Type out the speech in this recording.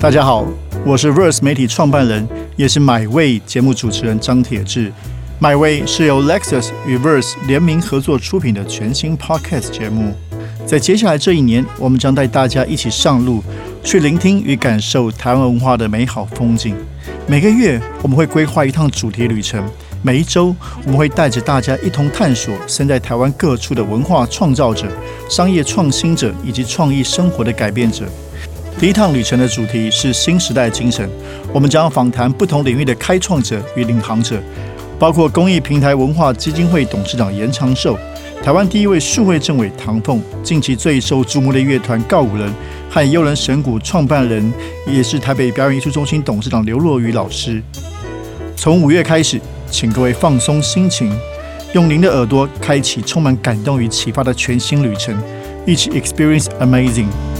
大家好，我是 Verse 媒体创办人，也是 MyWay 节目主持人张铁志。MyWay 是由 Lexus 与 Verse 联名合作出品的全新 Podcast 节目。在接下来这一年，我们将带大家一起上路，去聆听与感受台湾文化的美好风景。每个月我们会规划一趟主题旅程，每一周我们会带着大家一同探索身在台湾各处的文化创造者、商业创新者以及创意生活的改变者。第一趟旅程的主题是新时代精神，我们将访谈不同领域的开创者与领航者，包括公益平台文化基金会董事长严长寿、台湾第一位数位政委唐凤、近期最受瞩目的乐团告五人和优人神鼓创办人，也是台北表演艺术中心董事长刘若瑀老师。从5月开始，请各位放松心情，用您的耳朵开启充满感动与启发的全新旅程，一起 Experience Amazing。